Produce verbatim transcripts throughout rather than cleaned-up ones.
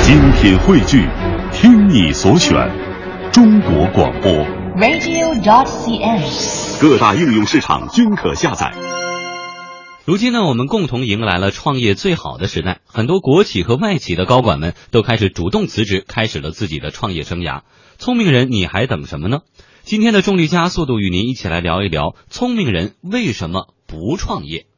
精品汇聚，听你所选，中国广播 radio dot c n， 各大应用市场均可下载。 如今呢，我们共同迎来了创业最好的时代，很多国企和外企的高管们都开始主动辞职，开始了自己的创业生涯。聪明人，你还等什么呢？今天的重力加速度与您一起来聊一聊，聪明人为什么不创业？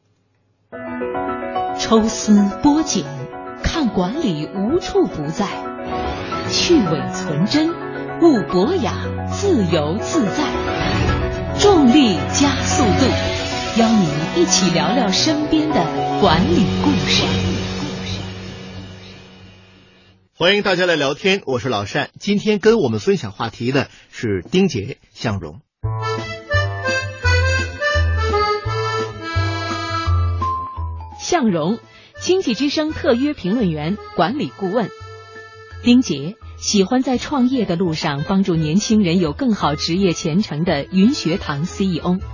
抽丝剥茧，看管理无处不在，去伪存真，悟博雅，自由自在。重力加速度，邀您一起聊聊身边的管理故事。 欢迎大家来聊天，我是老单。今天跟我们分享话题的是丁杰、向荣。 向荣，经济之声特约评论员、管理顾问。丁杰，喜欢在创业的路上帮助年轻人有更好职业前程的云学堂 C E O。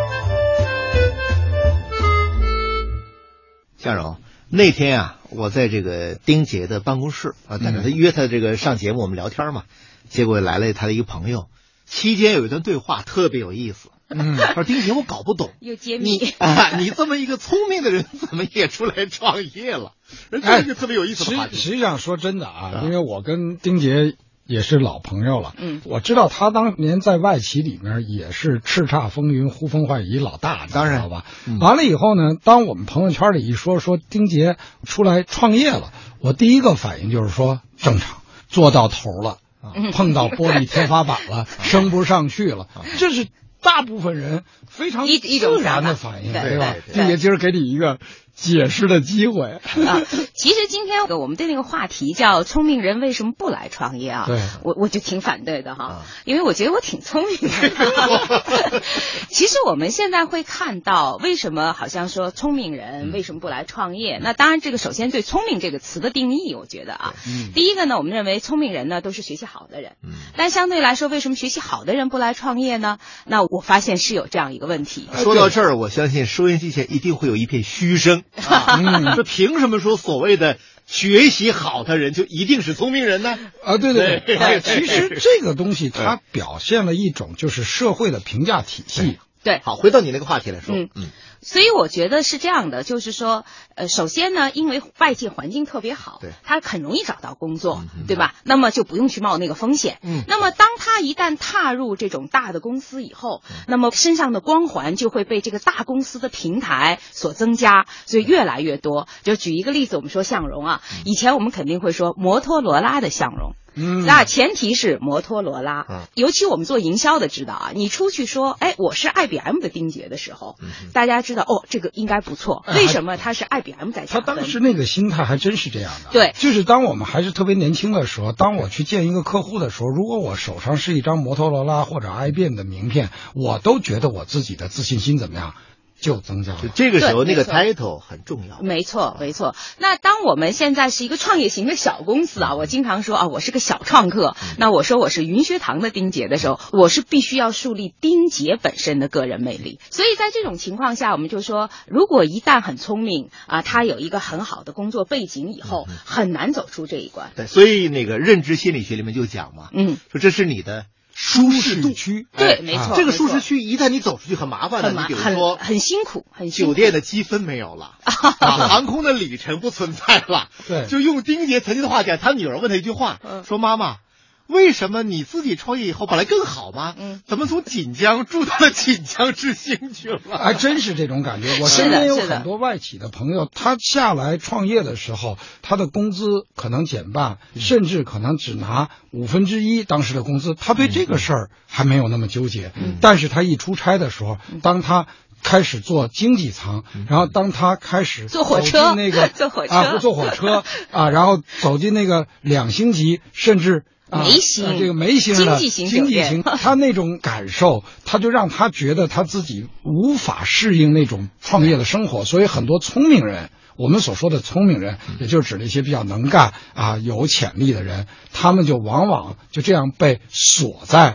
向荣，那天啊，我在这个丁杰的办公室啊，等着他约他这个上节目，我们聊天嘛。结果来了他的一个朋友，期间有一段对话特别有意思。嗯，他说丁杰，我搞不懂， 又揭秘你啊，你这么一个聪明的人，怎么也出来创业了？人这是一个特别有意思的话题。 实实际上说真的啊，因为我跟丁杰也是老朋友了， 嗯， 我知道他当年在外企里面也是叱咤风云、呼风唤雨老大， 当然知道吧？嗯、完了以后呢，当我们朋友圈里一说说丁杰出来创业了，我第一个反应就是说正常，做到头了， 嗯、 碰到玻璃天花板了，升不上去了，这是大部分人非常自然的反应，对吧？丁杰今儿给你一个解释的机会啊！其实今天我们对那个话题叫“聪明人为什么不来创业”啊， 对， 我我就挺反对的哈，啊、因为我觉得我挺聪明的。其实我们现在会看到，为什么好像说聪明人为什么不来创业？嗯、那当然，这个首先对“聪明”这个词的定义，我觉得啊，嗯、第一个呢，我们认为聪明人呢都是学习好的人，嗯、但相对来说，为什么学习好的人不来创业呢？那我发现是有这样一个问题。 说到这儿，我相信收音机前一定会有一片嘘声。啊，嗯，这凭什么说所谓的学习好的人就一定是聪明人呢？ 啊，对对对，哎，其实这个东西它表现了一种就是社会的评价体系。 对， 好，回到你那个话题来说， 嗯嗯。所以我觉得是这样的，就是说，呃，首先呢，因为外界环境特别好， 对， 他很容易找到工作，嗯、对吧？那么就不用去冒那个风险。 嗯。 那么当他一旦踏入这种大的公司以后，嗯、那么身上的光环就会被这个大公司的平台所增加，所以越来越多。就举一个例子，我们说向荣啊，以前我们肯定会说摩托罗拉的向荣。 嗯， 那前提是摩托罗拉，嗯、尤其我们做营销的知道啊，你出去说，哎，我是 I B M 的丁杰的时候，嗯、大家知道哦，这个应该不错。为什么他是 I B M 在加分？ 他当时那个心态还真是这样的。 对， 就是当我们还是特别年轻的时候，当我去见一个客户的时候，如果我手上是一张摩托罗拉或者 I B M 的名片，我都觉得我自己的自信心怎么样？就增加了， 就这个时候那个 title 很重要。 没错，没错。那当我们现在是一个创业型的小公司啊，我经常说啊，我是个小创客。嗯、那我说我是云学堂的丁杰的时候，我是必须要树立丁杰本身的个人魅力。所以在这种情况下，我们就说，如果一旦很聪明啊，他有一个很好的工作背景以后，嗯、很难走出这一关。 对，所以那个认知心理学里面就讲嘛， 嗯， 说这是你的舒适区， 对，没错。 这个舒适区一旦你走出去很麻烦的，你比如说很辛苦，很辛苦。 酒店的积分没有了，啊，航空的里程不存在了。 对， 就用丁杰曾经的话讲，他女儿问他一句话，说妈妈，为什么你自己创业以后本来更好吗？嗯，怎么从锦江住到了锦江之星去了？ 还真是这种感觉。我身边有很多外企的朋友，他下来创业的时候，他的工资可能减半，嗯、甚至可能只拿五分之一当时的工资。他对这个事儿还没有那么纠结，嗯、但是他一出差的时候，当他开始坐经济舱，嗯、然后当他开始坐火车， 那个坐火车啊，不坐火车啊，然后走进那个两星级，甚至。 眉形、 啊，这个眉形的经济型经济型，他那种感受，他就让他觉得他自己无法适应那种创业的生活，所以很多聪明人，我们所说的聪明人，也就是指那些比较能干啊、有潜力的人，他们就往往就这样被锁在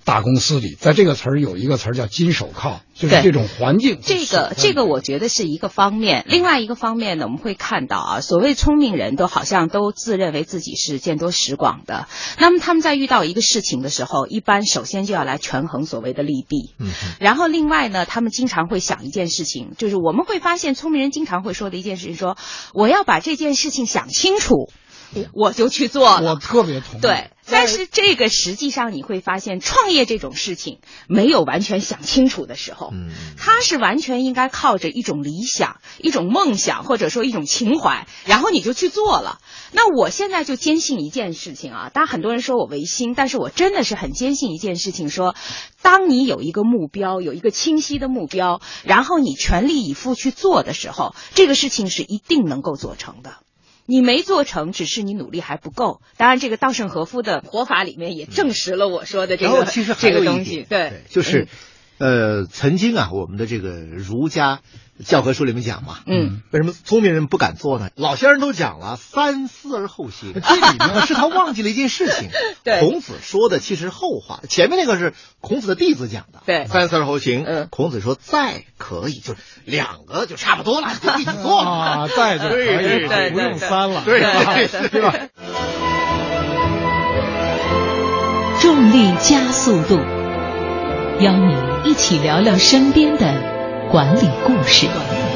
大公司里，在这个词儿有一个词儿叫金手铐，就是这种环境。 这个这个我觉得是一个方面，另外一个方面呢，我们会看到啊，所谓聪明人都好像都自认为自己是见多识广的，那么他们在遇到一个事情的时候，一般首先就要来权衡所谓的利弊，嗯，然后另外呢，他们经常会想一件事情，就是我们会发现聪明人经常会说的一件事情说，我要把这件事情想清楚，我就去做了。 我特别同意。 对，但是这个实际上你会发现，创业这种事情没有完全想清楚的时候，嗯，它是完全应该靠着一种理想、一种梦想，或者说一种情怀，然后你就去做了。那我现在就坚信一件事情啊，当然很多人说我违心，但是我真的是很坚信一件事情，说当你有一个目标，有一个清晰的目标，然后你全力以赴去做的时候，这个事情是一定能够做成的。你没做成，只是你努力还不够。当然，这个稻盛和夫的活法里面也证实了我说的这个、 嗯、其实这个东西。对， 对就是、嗯、呃，曾经啊，我们的这个儒家教科书里面讲嘛，嗯，为什么聪明人不敢做呢？老先生都讲了，三思而后行。这里面是他忘记了一件事情。对，孔子说的其实后话，前面那个是孔子的弟子讲的。对，三思而后行。嗯，孔子说再可以，就是两个就差不多了，就一起做了啊，再就可以，对对不用三了， 对对对吧？ 重力加速度，邀你一起聊聊身边的管理故事。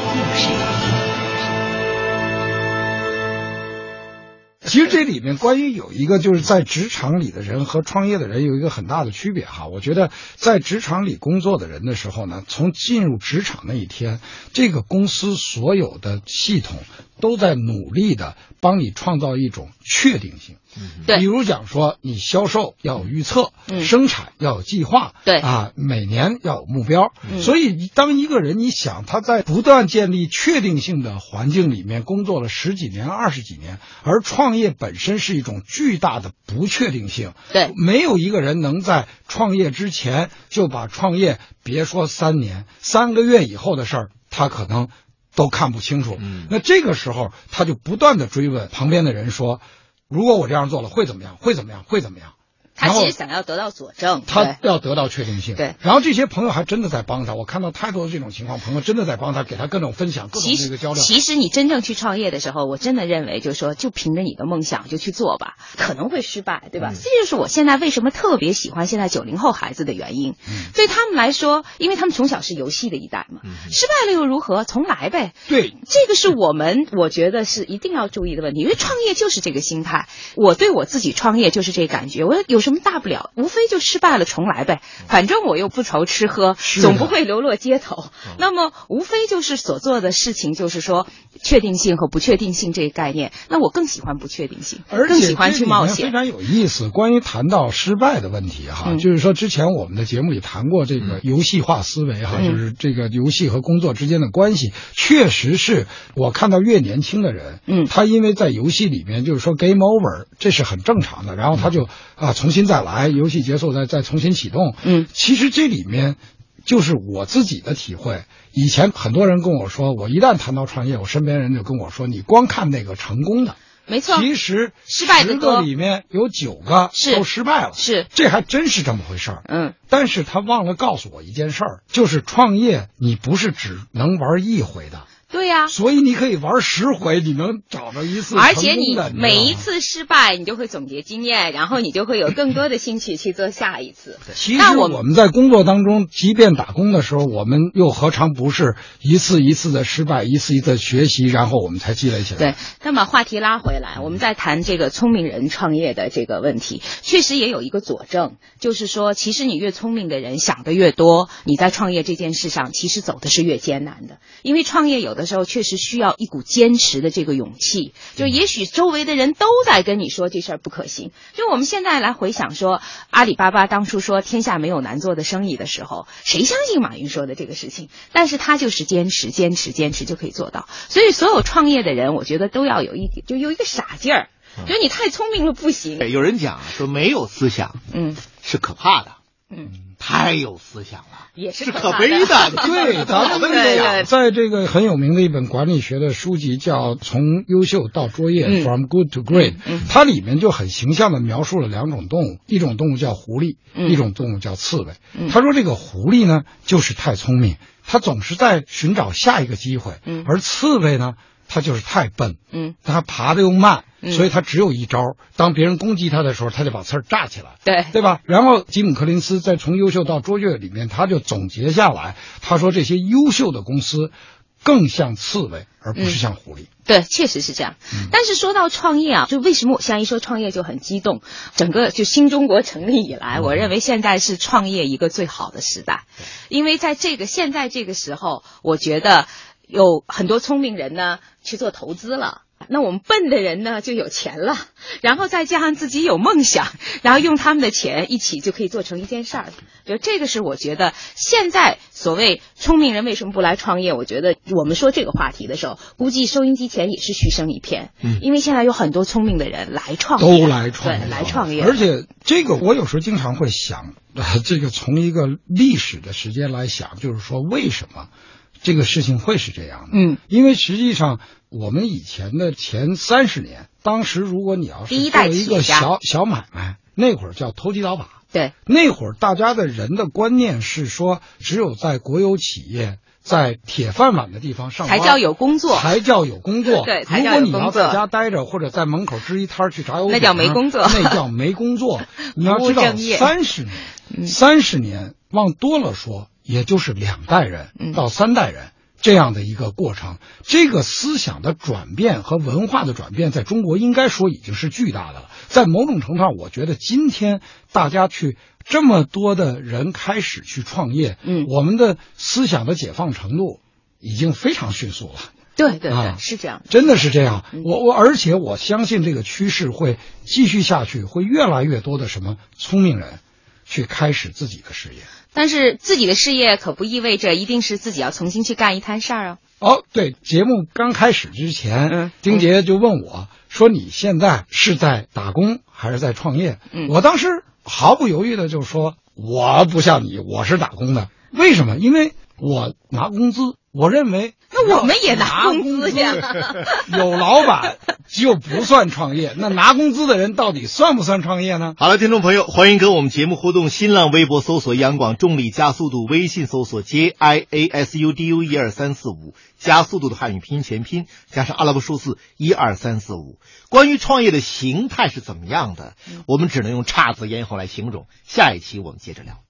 其实这里面关于有一个就是在职场里的人和创业的人有一个很大的区别哈。我觉得在职场里工作的人的时候呢，从进入职场那一天，这个公司所有的系统都在努力的帮你创造一种确定性。对，比如讲说你销售要有预测，嗯，生产要有计划，对啊，每年要有目标。嗯，所以当一个人你想他在不断建立确定性的环境里面工作了十几年、二十几年，而创业本身是一种巨大的不确定性。对，没有一个人能在创业之前就把创业别说三年、三个月以后的事儿，他可能都看不清楚。嗯，那这个时候他就不断的追问旁边的人说，如果我这样做了会怎么样？会怎么样？会怎么样？ 他其实想要得到佐证， 他要得到确定性。对，然后这些朋友还真的在帮他，我看到太多的这种情况，朋友真的在帮他，给他各种分享，各种这个交流。 其实你真正去创业的时候，我真的认为就是说，就凭着你的梦想就去做吧，可能会失败，对吧？嗯，这就是我现在为什么特别喜欢现在九零后孩子的原因。嗯，对他们来说，因为他们从小是游戏的一代嘛，嗯，失败了又如何？重来呗。对，这个是我们我觉得是一定要注意的问题，因为创业就是这个心态。我对我自己创业就是这感觉，我有什么大不了？无非就失败了重来呗，反正我又不愁吃喝，总不会流落街头。那么无非就是所做的事情就是说确定性和不确定性这个概念，那我更喜欢不确定性，更喜欢去冒险。 非常有意思，关于谈到失败的问题哈，嗯，就是说之前我们的节目里谈过这个游戏化思维哈，嗯，就是这个游戏和工作之间的关系，确实是我看到越年轻的人，嗯，他因为在游戏里面就是说 game over， 这是很正常的，然后他就啊重新再来。游戏结束再再重新启动，嗯，其实这里面就是我自己的体会。以前很多人跟我说，我一旦谈到创业，我身边人就跟我说，你光看那个成功的， 没错， 其实失败的十个里面有九个都失败了， 是， 这还真是这么回事儿。嗯，但是他忘了告诉我一件事儿，就是创业你不是只能玩一回的。 对呀，啊， 所以你可以玩十回，你能找到一次成功的。 而且你每一次失败，你就会总结经验，然后你就会有更多的兴趣去做下一次。 其实我们在工作当中，即便打工的时候，我们又何尝不是一次一次的失败，一次一次的学习，然后我们才积累起来。 对，那么话题拉回来，我们在谈这个聪明人创业的这个问题，确实也有一个佐证，就是说，其实你越聪明的人想的越多，你在创业这件事上其实走的是越艰难的，因为创业有的时候确实需要一股坚持的这个勇气，就也许周围的人都在跟你说这事儿不可行。就我们现在来回想说，阿里巴巴当初说天下没有难做的生意的时候，谁相信马云说的这个事情？但是他就是坚持坚持坚持就可以做到。所以所有创业的人，我觉得都要有一点，就有一个傻劲儿，觉得你太聪明了不行。 有人讲说没有思想，嗯，是可怕的。嗯， 太有思想了， 也是是可悲的。 对，咱们这个在这个很有名的一本管理学的书籍叫《从优秀到卓越》 嗯、 （From Good to Great），、 嗯、 它里面就很形象地描述了两种动物，一种动物叫狐狸， 嗯、 一种动物叫刺猬。 嗯、 他说这个狐狸呢，就是太聪明，它总是在寻找下一个机会， 嗯、 而刺猬呢，它就是太笨， 嗯， 它爬得又慢。 嗯、 所以他只有一招，当别人攻击他的时候，他就把刺儿炸起来， 对对吧？然后吉姆·柯林斯在《从优秀到卓越》里面，他就总结下来，他说这些优秀的公司更像刺猬，而不是像狐狸。 嗯、对，确实是这样。 嗯、 但是说到创业啊，就为什么我现在一说创业就很激动？整个就新中国成立以来，嗯、我认为现在是创业一个最好的时代，因为在这个现在这个时候，我觉得有很多聪明人呢去做投资了。那我们笨的人呢就有钱了，然后再加上自己有梦想，然后用他们的钱一起就可以做成一件事儿。就这个是我觉得现在所谓聪明人为什么不来创业，我觉得我们说这个话题的时候，估计收音机前也是嘘声一片。嗯，因为现在有很多聪明的人来创业， 都来创业， 对，来创业。 而且这个我有时候经常会想，呃，这个从一个历史的时间来想，就是说为什么这个事情会是这样的？ 嗯， 因为实际上我们以前的前三十年，当时如果你要是做一个小小买卖，那会儿叫投机倒把。 对， 那会儿大家的人的观念是说，只有在国有企业，在铁饭碗的地方上班才叫有工作， 才叫有工作。 对，才叫有工作。 如果你要在家待着，或者在门口支一摊去炸油饼， 那叫没工作， 那叫没工作。你要知道，三十年， 嗯、 三十年往多了说，也就是两代人到三代人。嗯这样的一个过程，这个思想的转变和文化的转变，在中国应该说已经是巨大的了。在某种程度上，我觉得今天大家去这么多的人开始去创业， 嗯， 我们的思想的解放程度已经非常迅速了。 对对对， 啊、 是这样， 真的是这样。 嗯、 我我而且我相信这个趋势会继续下去，会越来越多的什么聪明人去开始自己的事业。 但是自己的事业可不意味着一定是自己要重新去干一摊事儿啊。 哦，对，节目刚开始之前， 嗯， 丁杰就问我说：“你现在是在打工还是在创业？” 嗯， 我当时毫不犹豫的就说：“我不像你，我是打工的。为什么？因为我拿工资。我认为那我们也拿工资呀， 有老板就不算创业。那拿工资的人到底算不算创业呢？” 好了，听众朋友，欢迎跟我们节目互动。新浪微博搜索央广重力加速度，微信搜索 J I A S U D U 一二三四五，加速度的汉语拼音全拼加上阿拉伯数字一二三四五。关于创业的形态是怎么样的，我们只能用姹紫嫣红来形容。下一期我们接着聊。